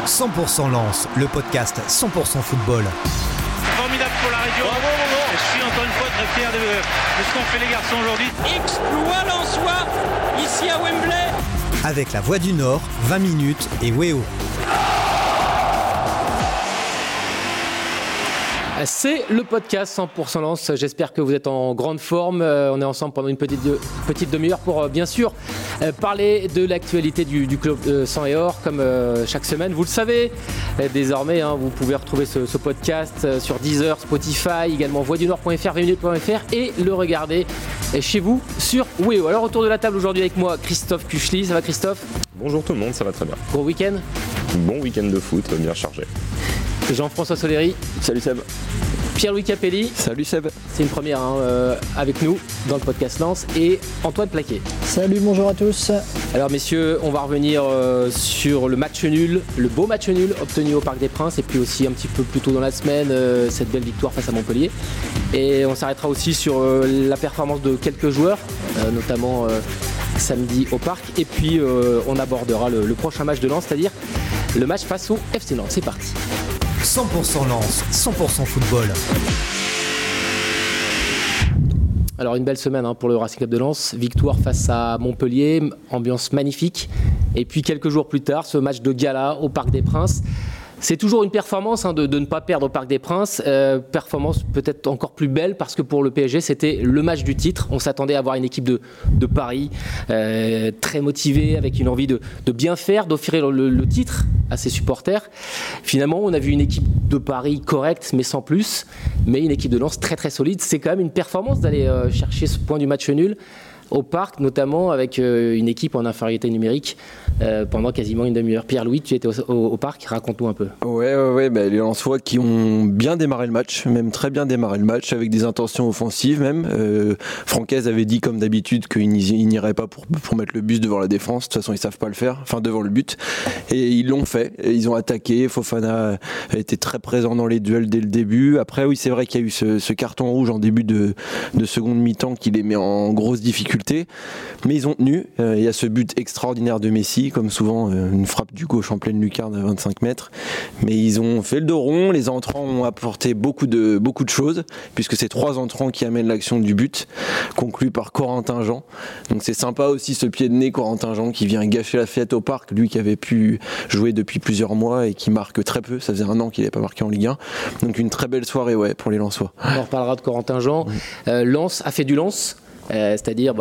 100% Lens, le podcast 100% football. Formidable pour la région. Bravo. Je suis encore une fois très fier de ce qu'ont fait les garçons aujourd'hui. Exploit lensois ici à Wembley. Avec la Voix du Nord, 20 minutes et Weo. C'est le podcast 100% Lens. J'espère que vous êtes en grande forme. On est ensemble pendant une petite demi-heure pour bien sûr parler de l'actualité du club sang et or comme chaque semaine. Vous le savez désormais, vous pouvez retrouver ce podcast sur Deezer, Spotify, également voixdunord.fr, 20minutes.fr et le regarder chez vous sur Weo. Alors autour de la table aujourd'hui avec moi Christophe Kuchli. Ça va Christophe ? Bonjour tout le monde, ça va très bien. Gros week-end ? Bon week-end de foot, bien chargé. Jean-François Soleri. Salut Seb. Pierre-Louis Capelli. Salut Seb. C'est une première avec nous dans le podcast Lens. Et Antoine Plaquet. Salut, bonjour à tous. Alors messieurs, on va revenir sur le match nul, le beau match nul obtenu au Parc des Princes. Et puis aussi un petit peu plus tôt dans la semaine, cette belle victoire face à Montpellier. Et on s'arrêtera aussi sur la performance de quelques joueurs, notamment samedi au Parc. Et puis on abordera le prochain match de Lens, c'est-à-dire le match face au FC Nantes. C'est parti. 100% Lens, 100% football. Alors une belle semaine pour le Racing Club de Lens, victoire face à Montpellier, ambiance magnifique. Et puis quelques jours plus tard, ce match de gala au Parc des Princes. C'est toujours une performance de ne pas perdre au Parc des Princes, performance peut-être encore plus belle parce que pour le PSG c'était le match du titre. On s'attendait à avoir une équipe de Paris très motivée, avec une envie de bien faire, d'offrir le titre à ses supporters. Finalement on a vu une équipe de Paris correcte mais sans plus, mais une équipe de Lens très très solide. C'est quand même une performance d'aller chercher ce point du match nul au Parc, notamment avec une équipe en infériorité numérique pendant quasiment une demi-heure. Pierre-Louis, tu étais au Parc, raconte-nous un peu. Ouais, les Lensois qui ont bien démarré le match, même très bien démarré le match, avec des intentions offensives même. Francaise avait dit comme d'habitude qu'il n'irait pas pour mettre le bus devant la défense, de toute façon ils savent pas le faire, enfin devant le but, et ils l'ont fait, et ils ont attaqué. Fofana a été très présent dans les duels dès le début. Après oui, c'est vrai qu'il y a eu ce carton rouge en début de seconde mi-temps qui les met en grosse difficulté. Mais ils ont tenu. Il y a ce but extraordinaire de Messi, comme souvent une frappe du gauche en pleine lucarne à 25 mètres. Mais ils ont fait le dos rond. Les entrants ont apporté beaucoup de choses, puisque c'est 3 entrants qui amènent l'action du but, conclu par Corentin Jean. Donc c'est sympa aussi ce pied de nez Corentin Jean qui vient gâcher la fête au Parc, lui qui avait pu jouer depuis plusieurs mois et qui marque très peu. Ça faisait 1 an qu'il n'avait pas marqué en Ligue 1. Donc une très belle soirée pour les Lensois. On en reparlera de Corentin Jean. Lens a fait du Lens. C'est-à-dire,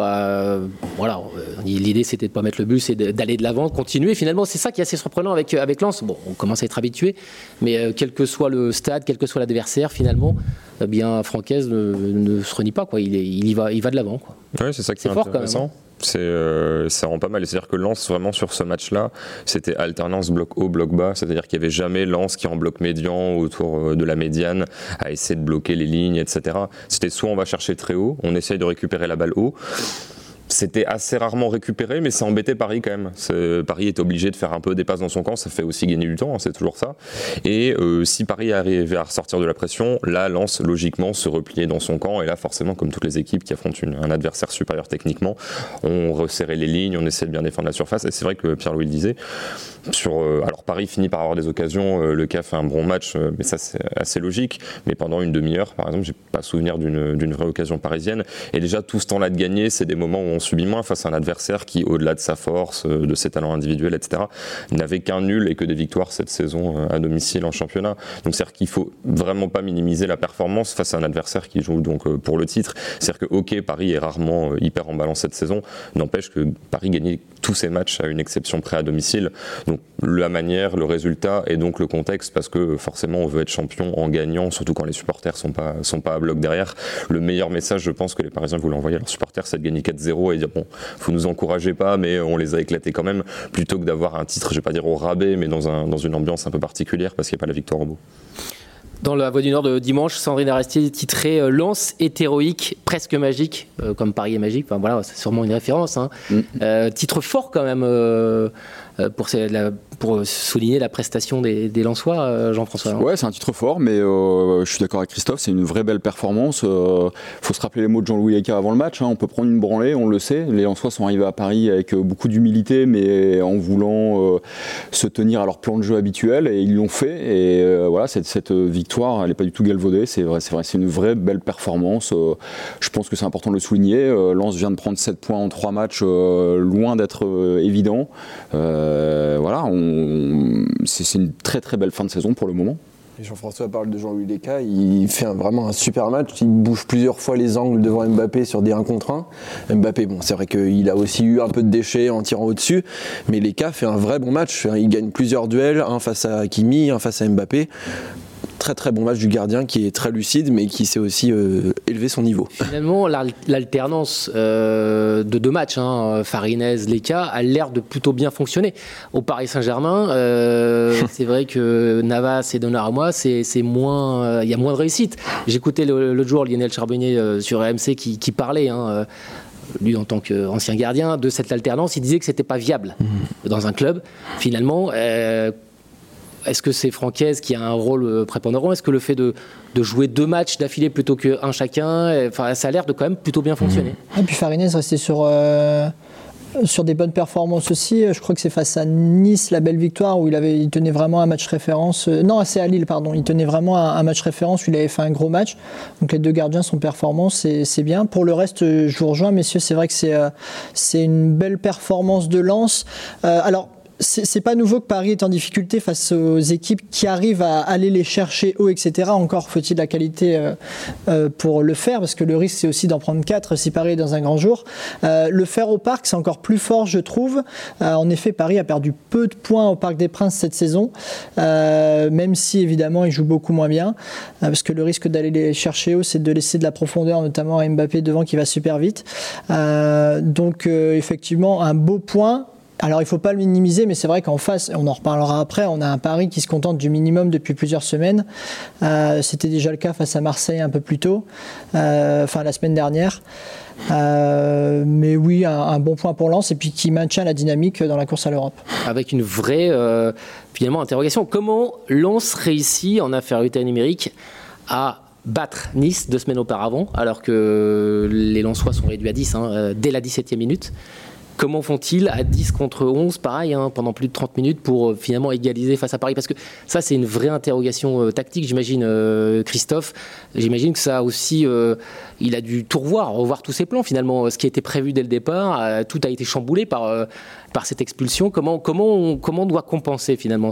l'idée c'était de ne pas mettre le but, c'est d'aller de l'avant, continuer. Finalement, c'est ça qui est assez surprenant avec Lens. Bon, on commence à être habitué, mais quel que soit le stade, quel que soit l'adversaire, finalement, Francaise ne se renie pas, quoi. Il y va de l'avant, quoi. Oui, c'est ça qui est fort intéressant. Quand même. Ça rend pas mal, c'est-à-dire que Lens vraiment sur ce match-là c'était alternance bloc haut, bloc bas, c'est-à-dire qu'il n'y avait jamais Lens qui en bloc médian autour de la médiane à essayer de bloquer les lignes, etc. C'était soit on va chercher très haut, on essaye de récupérer la balle haut. C'était assez rarement récupéré, mais ça embêtait Paris quand même. Paris était obligé de faire un peu des passes dans son camp, ça fait aussi gagner du temps, c'est toujours ça. Et si Paris arrivait à ressortir de la pression, là, Lens, logiquement, se repliait dans son camp. Et là, forcément, comme toutes les équipes qui affrontent un adversaire supérieur techniquement, on resserrait les lignes, on essaie de bien défendre la surface. Et c'est vrai que Pierre-Louis le disait, alors Paris finit par avoir des occasions, le CAF fait un bon match, mais ça c'est assez logique. Mais pendant une demi-heure, par exemple, j'ai pas souvenir d'une vraie occasion parisienne. Et déjà, tout ce temps-là de gagner, c'est des moments où on subit moins face à un adversaire qui, au-delà de sa force, de ses talents individuels, etc., n'avait qu'un nul et que des victoires cette saison à domicile en championnat. Donc c'est-à-dire qu'il faut vraiment pas minimiser la performance face à un adversaire qui joue donc pour le titre. C'est-à-dire que Paris est rarement hyper emballant cette saison, n'empêche que Paris gagnait tous ses matchs à une exception près à domicile. Donc la manière, le résultat et donc le contexte, parce que forcément on veut être champion en gagnant, surtout quand les supporters sont pas à bloc derrière. Le meilleur message, je pense, que les Parisiens voulaient envoyer à leurs supporters, c'est de gagner 4-0 et dire bon, vous nous encouragez pas, mais on les a éclatés quand même, plutôt que d'avoir un titre, je vais pas dire au rabais, mais dans une ambiance un peu particulière, parce qu'il n'y a pas la victoire au bout. Dans la Voix du Nord de dimanche, Sandrine Arestier titrait Lens est héroïque, presque magique, comme Paris est magique. Enfin, voilà, c'est sûrement une référence. Titre fort quand même pour pour souligner la prestation des Lensois, Jean-François. Ouais, c'est un titre fort, mais je suis d'accord avec Christophe, c'est une vraie belle performance. Faut se rappeler les mots de Jean-Louis Eka avant le match, on peut prendre une branlée, on le sait. Les Lensois sont arrivés à Paris avec beaucoup d'humilité, mais en voulant se tenir à leur plan de jeu habituel, et ils l'ont fait. Et voilà, cette victoire, elle n'est pas du tout galvaudée, c'est vrai, c'est une vraie belle performance. Je pense que c'est important de le souligner. Lens vient de prendre 7 points en 3 matchs, loin d'être évident. Voilà, c'est une très très belle fin de saison pour le moment. Et Jean-François parle de Jean-Louis Eka, il fait vraiment un super match, il bouge plusieurs fois les angles devant Mbappé sur des 1 contre 1. Mbappé, bon, c'est vrai qu'il a aussi eu un peu de déchets en tirant au-dessus, mais Eka fait un vrai bon match, il gagne plusieurs duels, un face à Hakimi, un face à Mbappé. Très très bon match du gardien qui est très lucide mais qui sait aussi élever son niveau. Finalement, l'alternance de 2 matchs, Farinez, Lecca, a l'air de plutôt bien fonctionner. Au Paris Saint-Germain, c'est vrai que Navas et Donnarumma, c'est moins, il y a moins de réussite. J'écoutais l'autre jour Lionel Charbonnier sur RMC qui parlait. Lui en tant qu'ancien gardien de cette alternance, il disait que c'était pas viable dans un club. Finalement. Est-ce que c'est Francaise qui a un rôle prépondérant ? Est-ce que le fait de jouer 2 matchs d'affilée plutôt qu'un chacun, ça a l'air de quand même plutôt bien fonctionner. Et puis Farinez restait sur des bonnes performances aussi. Je crois que c'est face à Nice, la belle victoire, où il tenait vraiment un match référence. Non, c'est à Lille, pardon. Il tenait vraiment un match référence où il avait fait un gros match. Donc les 2 gardiens sont performants, c'est bien. Pour le reste, je vous rejoins, messieurs. C'est vrai que c'est une belle performance de Lens. Alors, c'est pas nouveau que Paris est en difficulté face aux équipes qui arrivent à aller les chercher haut, etc. Encore faut-il la qualité pour le faire, parce que le risque c'est aussi d'en prendre 4 si Paris est dans un grand jour. Le faire au Parc, c'est encore plus fort, je trouve. En effet, Paris a perdu peu de points au Parc des Princes cette saison, même si évidemment il joue beaucoup moins bien, parce que le risque d'aller les chercher haut, c'est de laisser de la profondeur, notamment à Mbappé devant qui va super vite. Donc effectivement, un beau point. Alors il ne faut pas le minimiser, mais c'est vrai qu'en face, on en reparlera après, on a un Paris qui se contente du minimum depuis plusieurs semaines. C'était déjà le cas face à Marseille un peu plus tôt, la semaine dernière. Mais oui, un bon point pour Lens et puis qui maintient la dynamique dans la course à l'Europe. Avec une vraie finalement interrogation. Comment Lens réussit en infériorité numérique à battre Nice 2 semaines auparavant, alors que les Lensois sont réduits à 10 dès la 17e minute? Comment font-ils à 10 contre 11, pareil, pendant plus de 30 minutes pour finalement égaliser face à Paris? Parce que ça, c'est une vraie interrogation tactique, j'imagine, Christophe. J'imagine que ça aussi, il a dû tout revoir tous ses plans finalement. Ce qui était prévu dès le départ, tout a été chamboulé par cette expulsion. Comment on doit compenser finalement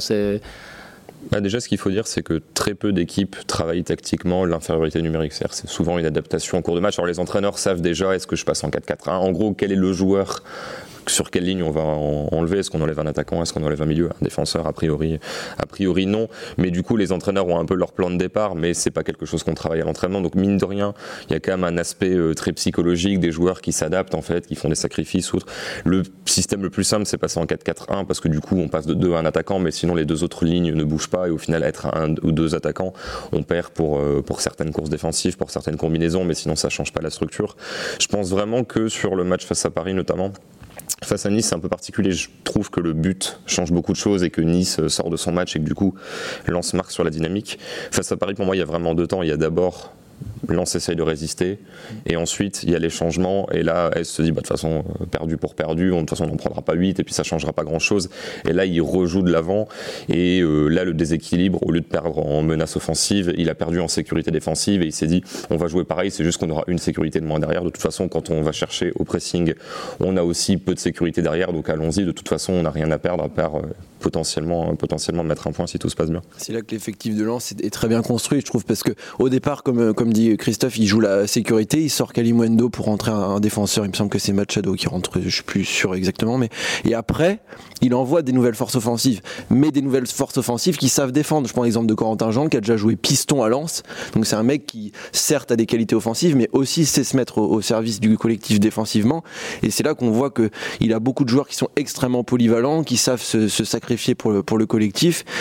Déjà, ce qu'il faut dire, c'est que très peu d'équipes travaillent tactiquement l'infériorité numérique. C'est souvent une adaptation en cours de match. Alors les entraîneurs savent déjà, est-ce que je passe en 4-4-1 ? En gros, quel est le joueur ? Sur quelle ligne on va enlever ? Est-ce qu'on enlève un attaquant ? Est-ce qu'on enlève un milieu ? Un défenseur ? A priori non. Mais du coup, les entraîneurs ont un peu leur plan de départ, mais c'est pas quelque chose qu'on travaille à l'entraînement. Donc mine de rien, il y a quand même un aspect très psychologique, des joueurs qui s'adaptent en fait, qui font des sacrifices. Le système le plus simple, c'est passer en 4-4-1 parce que du coup, on passe de 2 à un attaquant, mais sinon les 2 autres lignes ne bougent pas et au final, être 1 ou 2 attaquants, on perd pour certaines courses défensives, pour certaines combinaisons, mais sinon ça change pas la structure. Je pense vraiment que sur le match face à Paris notamment, face à Nice, c'est un peu particulier. Je trouve que le but change beaucoup de choses et que Nice sort de son match et que du coup, Lens marque sur la dynamique. Face à Paris, pour moi, il y a vraiment 2 temps. Il y a d'abord Lens essaye de résister et ensuite il y a les changements et là elle se dit de toute façon perdu pour perdu, de toute façon on n'en prendra pas 8 et puis ça changera pas grand chose et là il rejoue de l'avant et là le déséquilibre, au lieu de perdre en menace offensive, il a perdu en sécurité défensive et il s'est dit on va jouer pareil, c'est juste qu'on aura une sécurité de moins derrière, de toute façon quand on va chercher au pressing on a aussi peu de sécurité derrière, donc allons-y, de toute façon on n'a rien à perdre à part potentiellement mettre un point si tout se passe bien. C'est là que l'effectif de Lens est très bien construit, je trouve, parce que au départ, comme dit Christophe, il joue la sécurité, il sort Kalimundo pour rentrer un défenseur, il me semble que c'est Machado qui rentre, je suis plus sûr exactement, mais et après, il envoie des nouvelles forces offensives, mais des nouvelles forces offensives qui savent défendre. Je prends l'exemple de Corentin Jean qui a déjà joué piston à Lens, donc c'est un mec qui certes a des qualités offensives, mais aussi sait se mettre au service du collectif défensivement, et c'est là qu'on voit que il a beaucoup de joueurs qui sont extrêmement polyvalents, qui savent se sacrifier pour le collectif.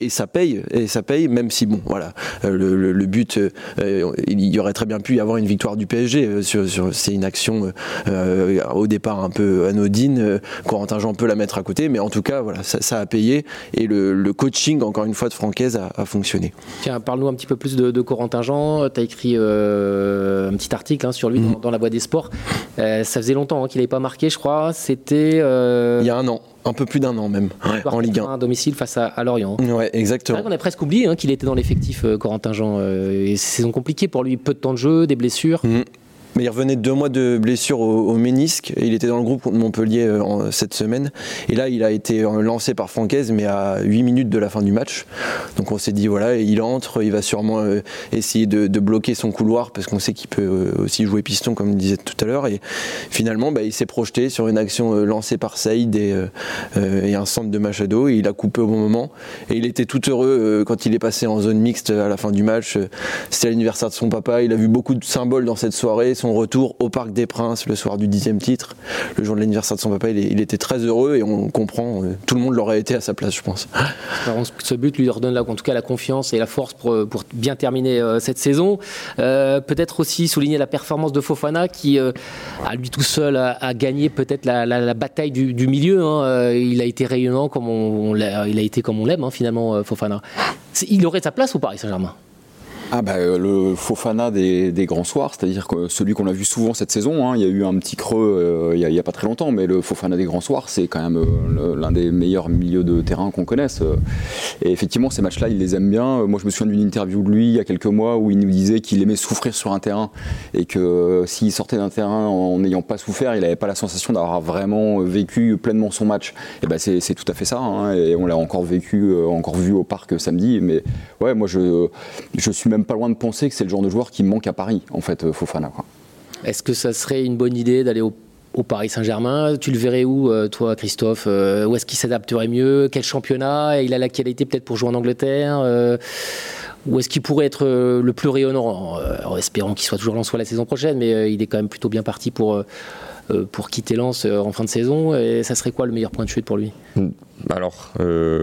et ça paye, même si bon voilà, le but, il y aurait très bien pu y avoir une victoire du PSG c'est une action au départ un peu anodine, Corentin Jean peut la mettre à côté, mais en tout cas voilà, ça a payé, et le coaching encore une fois de Francaise a fonctionné. Tiens, parle-nous un petit peu plus de Corentin Jean. Tu as écrit un petit article sur lui dans La Voix des Sports. Ça faisait longtemps qu'il n'avait pas marqué, je crois. C'était il y a un an. Un peu plus d'un an même, en Ligue 1. À domicile face à Lorient. Ouais, exactement. On a presque oublié qu'il était dans l'effectif, Corentin Jean. Et c'est saison compliquée pour lui, peu de temps de jeu, des blessures. Mais il revenait de 2 mois de blessure au ménisque, et il était dans le groupe contre Montpellier cette semaine, et là il a été lancé par Francaise, mais à 8 minutes de la fin du match. Donc on s'est dit voilà, il entre, il va sûrement essayer de bloquer son couloir, parce qu'on sait qu'il peut aussi jouer piston comme on disait tout à l'heure, et finalement il s'est projeté sur une action lancée par Saïd et un centre de Machado, et il a coupé au bon moment, et il était tout heureux quand il est passé en zone mixte à la fin du match. C'était l'anniversaire de son papa, il a vu beaucoup de symboles dans cette soirée, son retour au Parc des Princes le soir du 10e titre, le jour de l'anniversaire de son papa, il était très heureux, et on comprend, tout le monde l'aurait été à sa place, je pense. Ce but lui redonne en tout cas la confiance et la force pour bien terminer cette saison. Peut-être aussi souligner la performance de Fofana qui, à lui tout seul, a gagné peut-être la bataille du milieu. Il a été rayonnant comme on l'aime finalement, Fofana. Il aurait sa place au Paris Saint-Germain? Le Fofana des grands soirs, c'est-à-dire que celui qu'on a vu souvent cette saison, il y a eu un petit creux il y a pas très longtemps, mais le Fofana des grands soirs, c'est quand même l'un des meilleurs milieux de terrain qu'on connaisse. Et effectivement, ces matchs-là, il les aime bien. Moi, je me souviens d'une interview de lui il y a quelques mois où il nous disait qu'il aimait souffrir sur un terrain, et que s'il sortait d'un terrain en n'ayant pas souffert, il n'avait pas la sensation d'avoir vraiment vécu pleinement son match. Et c'est tout à fait ça, et on l'a encore vu au Parc samedi. Mais ouais, moi je suis même pas loin de penser que c'est le genre de joueur qui me manque à Paris, en fait, Fofana. Est-ce que ça serait une bonne idée d'aller au Paris Saint-Germain? Tu le verrais où, toi, Christophe? Où est-ce qu'il s'adapterait mieux? Quel championnat? Il a la qualité peut-être pour jouer en Angleterre? Où est-ce qu'il pourrait être le plus rayonnant, en espérant qu'il soit toujours Lensois la saison prochaine, mais il est quand même plutôt bien parti pour quitter Lens en fin de saison. Et ça serait quoi le meilleur point de chute pour lui? Alors,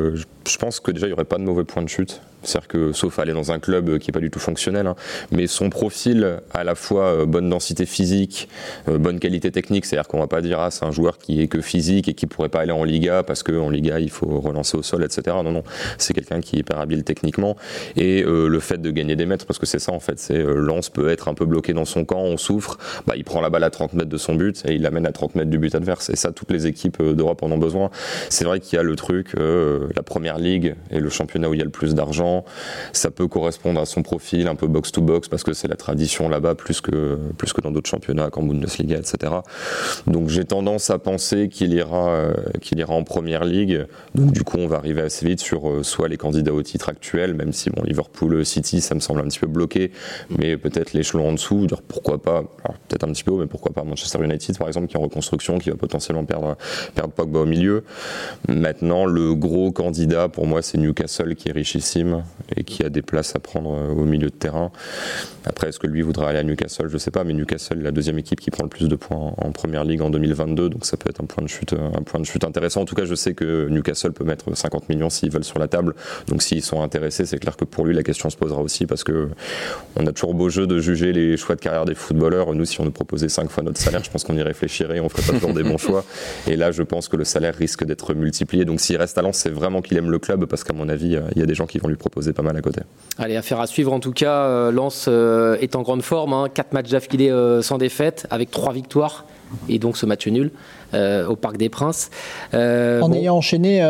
je pense que déjà il n'y aurait pas de mauvais point de chute. C'est-à-dire que, sauf aller dans un club qui n'est pas du tout fonctionnel, mais son profil, à la fois bonne densité physique, bonne qualité technique, c'est-à-dire qu'on ne va pas dire c'est un joueur qui est que physique et qui ne pourrait pas aller en Liga parce qu'en Liga il faut relancer au sol, etc. Non, c'est quelqu'un qui est hyper habile techniquement, et le fait de gagner des mètres, parce que c'est ça en fait, c'est Lens peut être un peu bloqué dans son camp, on souffre, il prend la balle à 30 mètres de son but et il l'amène à 30 mètres du but adverse, et ça toutes les équipes d'Europe en ont besoin. C'est vrai qu'il y a le truc, la première ligue est le championnat où il y a le plus d'argent. Ça peut correspondre à son profil, un peu box-to-box, parce que c'est la tradition là-bas, plus que dans d'autres championnats, comme Bundesliga, etc. Donc j'ai tendance à penser qu'il ira en première ligue. Donc du coup, on va arriver assez vite sur soit les candidats au titre actuels, même si Liverpool, City, ça me semble un petit peu bloqué, mais peut-être l'échelon en dessous, dire pourquoi pas, alors, peut-être un petit peu haut, mais pourquoi pas Manchester United, par exemple, qui est en reconstruction, qui va potentiellement perdre Pogba au milieu. Maintenant, le gros candidat, pour moi, c'est Newcastle, qui est richissime et qui a des places à prendre au milieu de terrain. Après, est-ce que lui voudra aller à Newcastle? Je ne sais pas, mais Newcastle est la deuxième équipe qui prend le plus de points en première ligue en 2022, donc ça peut être un point de chute intéressant. En tout cas, je sais que Newcastle peut mettre 50 millions s'ils veulent sur la table, donc s'ils sont intéressés, c'est clair que pour lui la question se posera aussi, parce que on a toujours beau jeu de juger les choix de carrière des footballeurs. Nous, si on nous proposait 5 fois notre salaire, je pense qu'on y réfléchirait, on ferait pas toujours des bons choix, et là je pense que le salaire risque d'être multiplié. Donc s'il reste à Lens, c'est vraiment qu'il aime le club, parce qu'à mon avis il y a des gens qui vont lui proposer pas mal à côté. Allez, affaire à suivre en tout cas. Lens est en grande forme, 4 matchs d'affilée sans défaite, avec 3 victoires, et donc ce match nul au Parc des Princes. Ayant enchaîné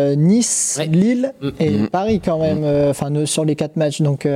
Nice, ouais. Lille et Paris quand même, sur les 4 matchs. Donc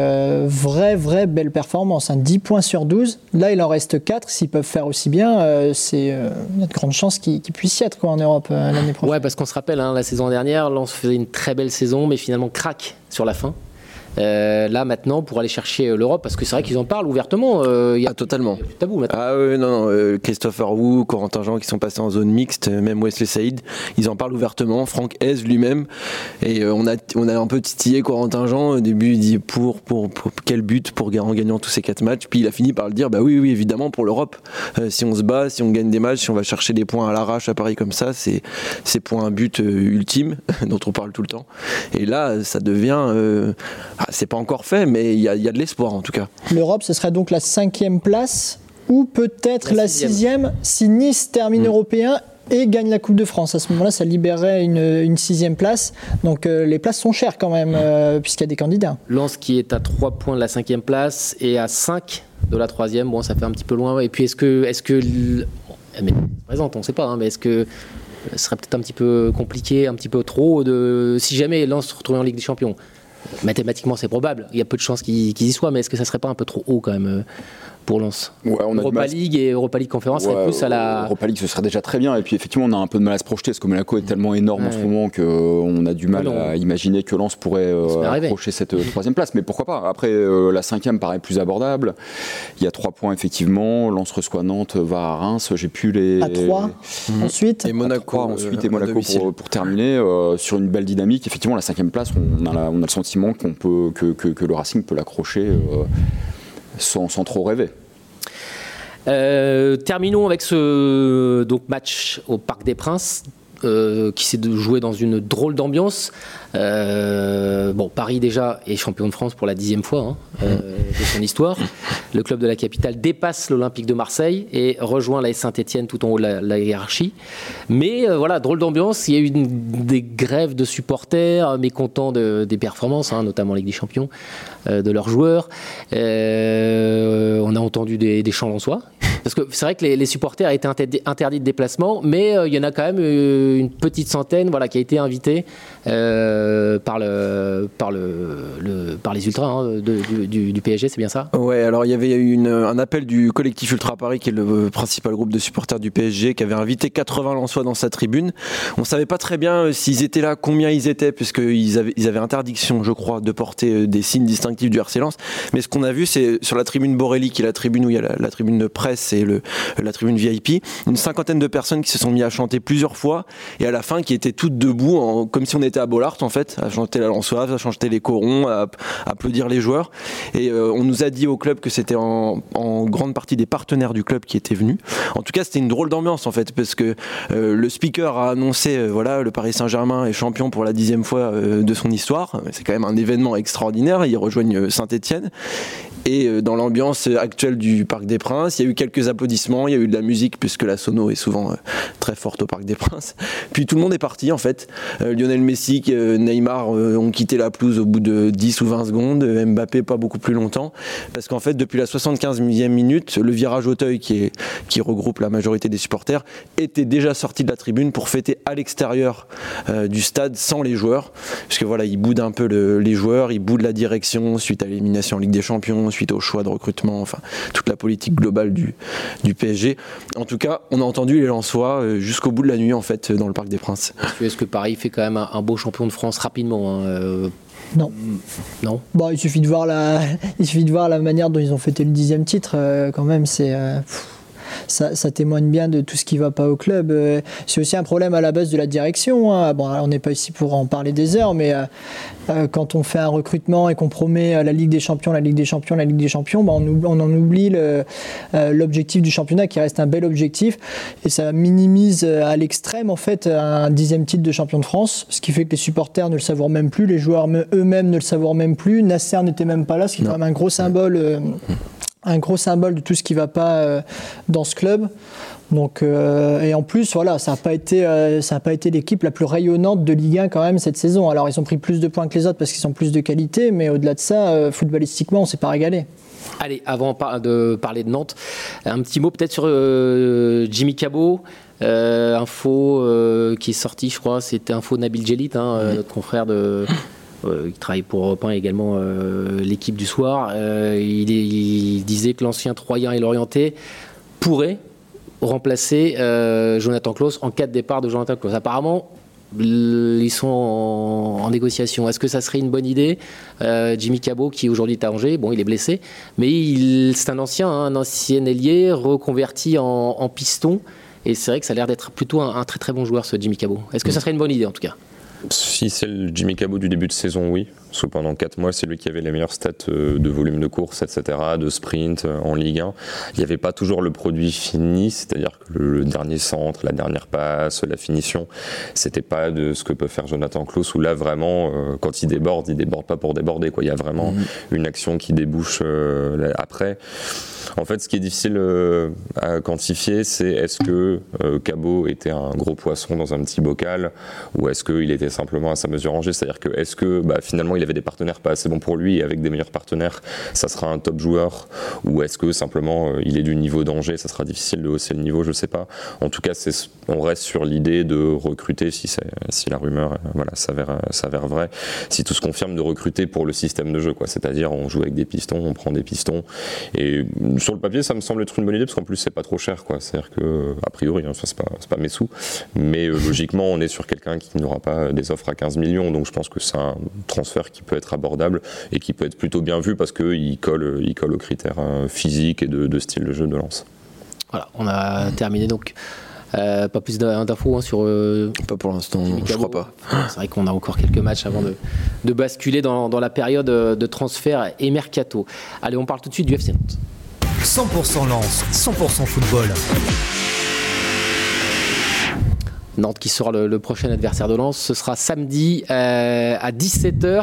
vraie belle performance, 10 points sur 12. Là, il en reste 4. S'ils peuvent faire aussi bien, il y a de grandes chances qu'ils puissent y être en Europe l'année prochaine. Ouais, parce qu'on se rappelle, la saison dernière, Lens faisait une très belle saison, mais finalement craque sur la fin. là maintenant pour aller chercher l'Europe, parce que c'est vrai qu'ils en parlent ouvertement. Totalement. Il y a plus de tabou maintenant. Ah oui, non, Christopher Wu, Corentin Jean qui sont passés en zone mixte, même Wesley Saïd, ils en parlent ouvertement. Franck Hez lui-même, et on a un peu titillé Corentin Jean. Au début, il dit pour quel but en gagnant tous ces 4 matchs. Puis il a fini par le dire, bah oui, évidemment pour l'Europe. Si on se bat, si on gagne des matchs, si on va chercher des points à l'arrache à Paris comme ça, c'est pour un but ultime dont on parle tout le temps. Et là, ça devient, c'est pas encore fait, mais il y a de l'espoir en tout cas. L'Europe, ce serait donc la 5e place ou peut-être la 6e si Nice termine européen et gagne la Coupe de France. À ce moment-là, ça libérerait une 6e place. Donc les places sont chères quand même, puisqu'il y a des candidats. Lens qui est à 3 points de la 5e place et à 5 de la 3e. Bon, ça fait un petit peu loin. Et puis est-ce que mais présente, on ne sait pas, hein, mais est-ce que ce serait peut-être un petit peu compliqué, un petit peu trop si jamais Lens se retrouvait en Ligue des Champions? Mathématiquement, c'est probable. Il y a peu de chances qu'ils y soient, mais est-ce que ça serait pas un peu trop haut quand même pour Lens? Europa League et Europa League Conférence serait plus à la... Europa League, ce serait déjà très bien. Et puis effectivement, on a un peu de mal à se projeter, parce que Monaco est tellement énorme en ce moment qu'on a du mal à imaginer que Lens pourrait approcher cette 3e place. Mais pourquoi pas? Après, la 5e paraît plus abordable. Il y a 3 points effectivement. Lens reçoit Nantes, va à Reims. J'ai plus les... À 3 ensuite. Et Monaco, ensuite, et Monaco pour terminer sur une belle dynamique. Effectivement, la 5e place, on a le sentiment que le Racing peut l'accrocher sans trop rêver. Terminons avec ce match au Parc des Princes qui s'est joué dans une drôle d'ambiance. Paris déjà est champion de France pour la 10e fois de son histoire. Le club de la capitale dépasse l'Olympique de Marseille et rejoint l'AS Saint-Etienne tout en haut de la hiérarchie. Mais drôle d'ambiance. Il y a eu des grèves de supporters mécontents des performances, notamment en Ligue des Champions, de leurs joueurs. On a entendu des chants lensois. Parce que c'est vrai que les supporters étaient interdits de déplacement, mais il y en a quand même une petite centaine qui a été invitée par les ultras du PSG, c'est bien ça? Ouais, alors il y avait eu un appel du collectif Ultra Paris, qui est le principal groupe de supporters du PSG, qui avait invité 80 Lensois dans sa tribune. On ne savait pas très bien s'ils étaient là, combien ils étaient, puisqu'ils avaient interdiction, je crois, de porter des signes distinctifs du RC Lens. Mais ce qu'on a vu, c'est sur la tribune Borelli, qui est la tribune où il y a la tribune de presse et la tribune VIP, une 50aine de personnes qui se sont mis à chanter plusieurs fois, et à la fin qui étaient toutes debout, comme si on était à Bollard en fait, à chanter la Lensoise, à chanter les corons, à applaudir les joueurs. Et on nous a dit au club que c'était en grande partie des partenaires du club qui étaient venus. En tout cas, c'était une drôle d'ambiance en fait, parce que le speaker a annoncé le Paris Saint-Germain est champion pour la 10e fois de son histoire. C'est quand même un événement extraordinaire. Ils rejoignent Saint-Etienne. Et dans l'ambiance actuelle du Parc des Princes, il y a eu quelques applaudissements, il y a eu de la musique, puisque la sono est souvent très forte au Parc des Princes. Puis tout le monde est parti en fait. Lionel Messi, Neymar ont quitté la pelouse au bout de 10 ou 20 secondes, Mbappé pas beaucoup plus longtemps, parce qu'en fait depuis la 75e minute, le virage Auteuil qui regroupe la majorité des supporters était déjà sorti de la tribune pour fêter à l'extérieur du stade sans les joueurs, puisque ils boudent un peu les joueurs, ils boudent la direction suite à l'élimination en Ligue des Champions, suite au choix de recrutement, enfin toute la politique globale du PSG. En tout cas, on a entendu les Lensois jusqu'au bout de la nuit en fait dans le Parc des Princes. Est-ce que Paris fait quand même un beau champion de France rapidement Non. Il suffit de voir la manière dont ils ont fêté le 10e titre. Quand même, c'est ça témoigne bien de tout ce qui ne va pas au club. C'est aussi un problème à la base de la direction. On n'est pas ici pour en parler des heures, mais quand on fait un recrutement et qu'on promet la Ligue des Champions, on en oublie l'objectif du championnat qui reste un bel objectif, et ça minimise à l'extrême en fait un 10e titre de champion de France, ce qui fait que les supporters ne le savourent même plus, les joueurs eux-mêmes ne le savourent même plus. Nasser n'était même pas là, ce qui est quand même un gros symbole de tout ce qui ne va pas dans ce club. Donc, et en plus, ça n'a pas été l'équipe la plus rayonnante de Ligue 1 quand même cette saison. Alors, ils ont pris plus de points que les autres parce qu'ils ont plus de qualité, mais au-delà de ça, footballistiquement, on ne s'est pas régalé. Allez, avant de parler de Nantes, un petit mot peut-être sur Jimmy Cabot. Info qui est sortie, je crois, c'était info Nabil Djellit, notre confrère qui travaille pour Europe 1 et également l'équipe du soir. Il disait que l'ancien Troyen et l'Orientais pourrait remplacer Jonathan Klaus en cas de départ de Jonathan Klaus. Apparemment, ils sont en négociation. Est-ce que ça serait une bonne idée? Jimmy Cabot, qui aujourd'hui est à Angers, bon, il est blessé, mais c'est un ancien ailier reconverti en piston. Et c'est vrai que ça a l'air d'être plutôt un très très bon joueur, ce Jimmy Cabot. Est-ce que ça serait une bonne idée en tout cas? Si c'est le Jimmy Cabot du début de saison, oui. Parce que pendant 4 mois, c'est lui qui avait les meilleures stats de volume de course, etc., de sprint en Ligue 1. Il n'y avait pas toujours le produit fini, c'est-à-dire que le dernier centre, la dernière passe, la finition, c'était pas de ce que peut faire Jonathan Klaus, où là, vraiment, quand il déborde pas pour déborder, quoi. Il y a vraiment une action qui débouche après. En fait, ce qui est difficile à quantifier, c'est est-ce que Cabot était un gros poisson dans un petit bocal, ou est-ce qu'il était simplement à sa mesure Angers, c'est-à-dire que est-ce que finalement il avait des partenaires pas assez bons pour lui et avec des meilleurs partenaires ça sera un top joueur, ou est-ce que simplement il est du niveau d'Angers, ça sera difficile de hausser le niveau, je sais pas. En tout cas on reste sur l'idée de recruter, si la rumeur s'avère vraie, si tout se confirme, de recruter pour le système de jeu, quoi. C'est-à-dire on joue avec des pistons, on prend des pistons, et sur le papier ça me semble être une bonne idée parce qu'en plus c'est pas trop cher, quoi. C'est-à-dire que a priori c'est pas mes sous, mais logiquement on est sur quelqu'un qui n'aura pas des offres à 15 millions, donc je pense que c'est un transfert qui peut être abordable et qui peut être plutôt bien vu parce qu'il colle aux critères physiques et de style de jeu de Lens. Voilà, on a terminé donc. Pas plus d'infos sur. Pas pour l'instant, je crois pas. C'est vrai qu'on a encore quelques matchs avant de basculer dans la période de transfert et mercato. Allez, on parle tout de suite du FC Nantes. 100% Lens, 100% football. Nantes qui sera le prochain adversaire de Lens, ce sera samedi à 17h.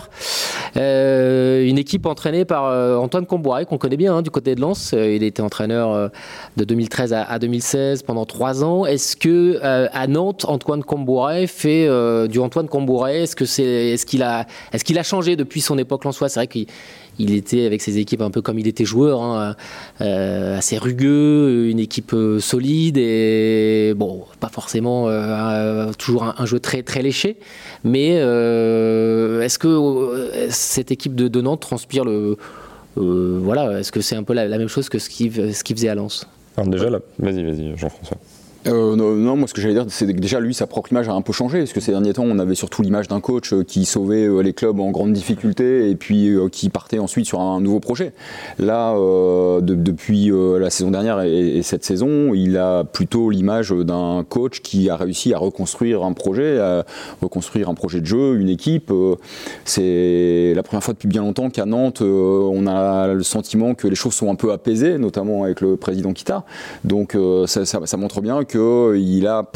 Une équipe entraînée par Antoine Kombouaré, qu'on connaît bien du côté de Lens. Il était entraîneur de 2013 à 2016 pendant 3 ans. Est-ce que à Nantes, Antoine Kombouaré fait du Antoine Kombouaré? Est-ce qu'il a changé depuis son époque lensoise? C'est vrai qu'il était avec ses équipes un peu comme il était joueur, assez rugueux, une équipe solide et bon, pas forcément toujours un jeu très très léché, mais est-ce que cette équipe de Nantes transpire est-ce que c'est un peu la même chose que ce qu'il faisait à Lens? Alors déjà là, vas-y Jean-François. Non, moi ce que j'allais dire, c'est que déjà lui, sa propre image a un peu changé, parce que ces derniers temps, on avait surtout l'image d'un coach qui sauvait les clubs en grande difficulté et puis qui partait ensuite sur un nouveau projet. Là, depuis la saison dernière et cette saison, il a plutôt l'image d'un coach qui a réussi à reconstruire un projet de jeu, une équipe. C'est la première fois depuis bien longtemps qu'à Nantes, on a le sentiment que les choses sont un peu apaisées, notamment avec le président Kita. Donc ça montre bien qu'il a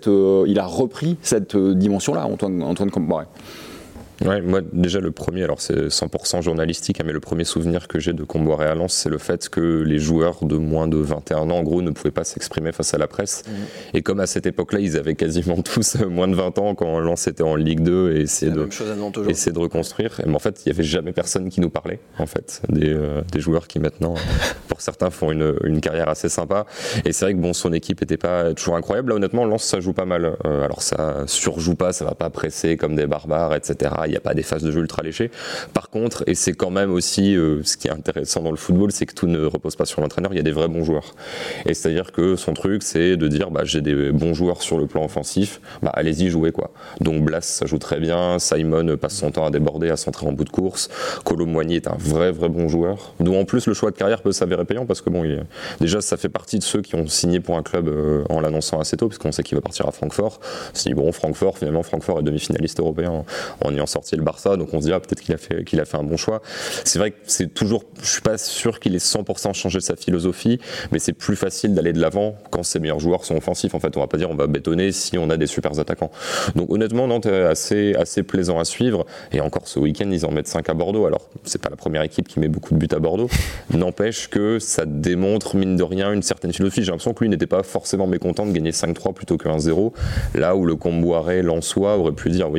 repris cette dimension-là, Antoine Kombouaré. Ouais, moi déjà le premier, alors c'est 100% journalistique, mais le premier souvenir que j'ai de Kombouaré à Lens, c'est le fait que les joueurs de moins de 21 ans en gros ne pouvaient pas s'exprimer face à la presse, et comme à cette époque-là ils avaient quasiment tous moins de 20 ans quand Lens était en Ligue 2 et essayer de reconstruire, mais en fait il n'y avait jamais personne qui nous parlait en fait, des joueurs qui maintenant pour certains font une carrière assez sympa, et c'est vrai que son équipe n'était pas toujours incroyable. Là honnêtement Lens ça joue pas mal, alors ça surjoue pas, ça va pas presser comme des barbares, etc. Il n'y a pas des phases de jeu ultra léchées. Par contre, et c'est quand même aussi ce qui est intéressant dans le football, c'est que tout ne repose pas sur l'entraîneur, il y a des vrais bons joueurs. Et c'est-à-dire que son truc, c'est de dire j'ai des bons joueurs sur le plan offensif, allez-y, jouez quoi. Donc Blas, ça joue très bien, Simon passe son temps à déborder, à centrer en bout de course, Kolo Muani est un vrai bon joueur, dont en plus le choix de carrière peut s'avérer payant, parce que déjà ça fait partie de ceux qui ont signé pour un club en l'annonçant assez tôt, parce qu'on sait qu'il va partir à Francfort. On se dit Francfort est demi-finaliste européen en ayant sorti le Barça, donc on se dit peut-être qu'il a fait un bon choix. C'est vrai que je suis pas sûr qu'il ait 100% changé sa philosophie, mais c'est plus facile d'aller de l'avant quand ses meilleurs joueurs sont offensifs. En fait, on va pas dire on va bétonner si on a des super attaquants. Donc honnêtement, Nantes est assez plaisant à suivre, et encore ce week-end ils en mettent 5 à Bordeaux. Alors c'est pas la première équipe qui met beaucoup de buts à Bordeaux, n'empêche que ça démontre mine de rien une certaine philosophie. J'ai l'impression que lui n'était pas forcément mécontent de gagner 5-3 plutôt que 1-0, là où le Kombouaré lensois aurait pu dire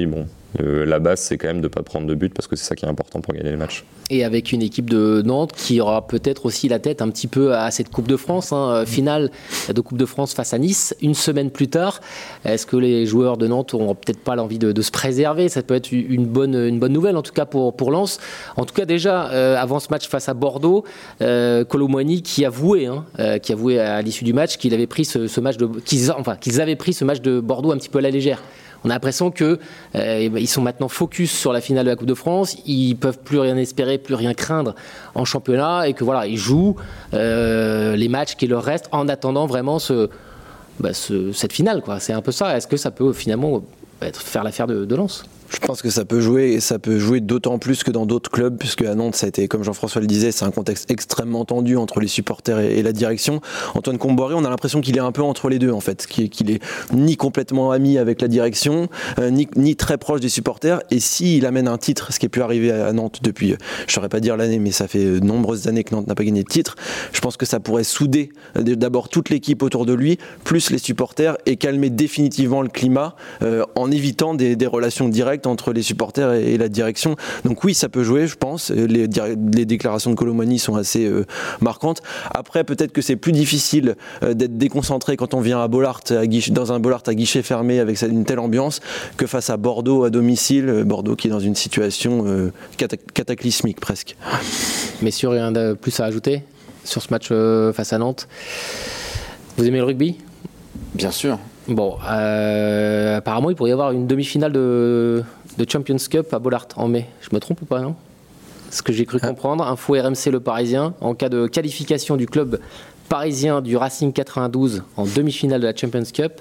la base c'est quand même de ne pas prendre de but, parce que c'est ça qui est important pour gagner les matchs. Et avec une équipe de Nantes qui aura peut-être aussi la tête un petit peu à cette Coupe de France, finale de Coupe de France face à Nice, une semaine plus tard. Est-ce que les joueurs de Nantes n'auront peut-être pas l'envie de se préserver? Ça peut être une bonne nouvelle en tout cas pour Lens. En tout cas déjà, avant ce match face à Bordeaux, Kolo Muani qui avouait à l'issue du match qu'il avait pris qu'ils avaient pris ce match de Bordeaux un petit peu à la légère. On a l'impression que ils sont maintenant focus sur la finale de la Coupe de France. Ils peuvent plus rien espérer, plus rien craindre en championnat, et que voilà, ils jouent les matchs qui leur restent en attendant vraiment cette finale, quoi. C'est un peu ça. Est-ce que ça peut finalement faire l'affaire de Lens ? Je pense que ça peut jouer d'autant plus que dans d'autres clubs, puisque à Nantes, ça a été, comme Jean-François le disait, c'est un contexte extrêmement tendu entre les supporters et la direction. Antoine Comboiré, on a l'impression qu'il est un peu entre les deux, en fait, qu'il est ni complètement ami avec la direction, ni très proche des supporters. Et s'il amène un titre, ce qui est pu arriver à Nantes depuis, je ne saurais pas dire l'année, mais ça fait de nombreuses années que Nantes n'a pas gagné de titre, je pense que ça pourrait souder d'abord toute l'équipe autour de lui, plus les supporters, et calmer définitivement le climat en évitant des relations directes entre les supporters et la direction. Donc oui, ça peut jouer, je pense. Les déclarations de Colomani sont assez marquantes. Après, peut-être que c'est plus difficile d'être déconcentré quand on vient à Bollaert, dans un Bollaert à guichet fermé avec une telle ambiance, que face à Bordeaux à domicile. Bordeaux qui est dans une situation cataclysmique presque. Messieurs, rien de plus à ajouter sur ce match face à Nantes ? Vous aimez le rugby ? Bien sûr. Bon, apparemment, il pourrait y avoir une demi-finale de Champions Cup à Bollaert en mai. Je me trompe ou pas, non ? Ce que j'ai cru comprendre. Info RMC Le Parisien. En cas de qualification du club parisien du Racing 92 en demi-finale de la Champions Cup,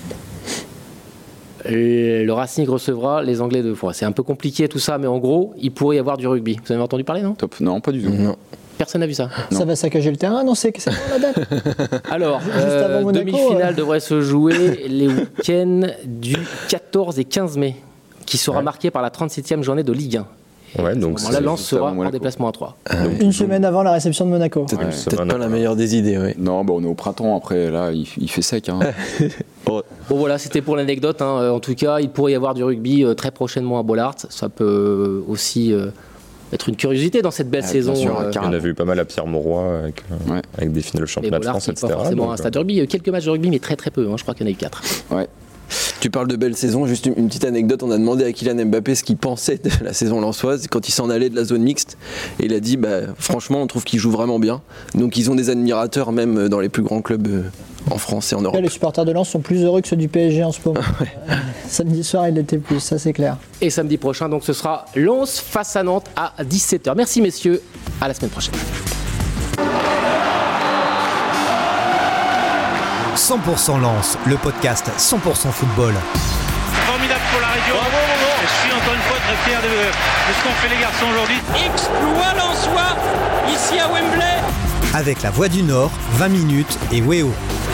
le Racing recevra les Anglais 2 fois. C'est un peu compliqué tout ça, mais en gros, il pourrait y avoir du rugby. Vous avez entendu parler, non ? Top. Non, pas du tout. Non. Personne n'a vu ça. Ça va saccager le terrain, non ? C'est quand la date ? Alors, Juste avant Monaco, demi-finale devrait se jouer les week-ends du 14 et 15 mai, qui sera marqué par la 37e journée de Ligue 1. Ouais, donc la Lens sera en déplacement à 3. Une semaine avant la réception de Monaco. Peut-être pas la meilleure des idées, oui. Non, on est au printemps, après, là, il fait sec. Hein. Bon voilà, c'était pour l'anecdote. En tout cas, il pourrait y avoir du rugby très prochainement à Bollaert. Ça peut aussi... être une curiosité dans cette belle saison. Sûr, on a vu pas mal à Pierre Mauroy avec des finales de championnat de France, etc. Pas forcément un stade de rugby. Quelques matchs de rugby, mais très très peu. Je crois qu'il y en a eu 4. Ouais. Tu parles de belle saison, juste une petite anecdote, on a demandé à Kylian Mbappé ce qu'il pensait de la saison lensoise quand il s'en allait de la zone mixte, et il a dit franchement on trouve qu'il joue vraiment bien, donc ils ont des admirateurs même dans les plus grands clubs en France et en Europe. Les supporters de Lens sont plus heureux que ceux du PSG en ce moment. Samedi soir il l'était plus, ça c'est clair. Et samedi prochain donc ce sera Lens face à Nantes à 17h. Merci messieurs, à la semaine prochaine. 100% Lens, le podcast 100% football. Formidable pour la région. Je suis encore une fois très fier de ce qu'ont fait les garçons aujourd'hui. Exploit lensois ici à Wembley. Avec la Voix du Nord, 20 minutes et Weo.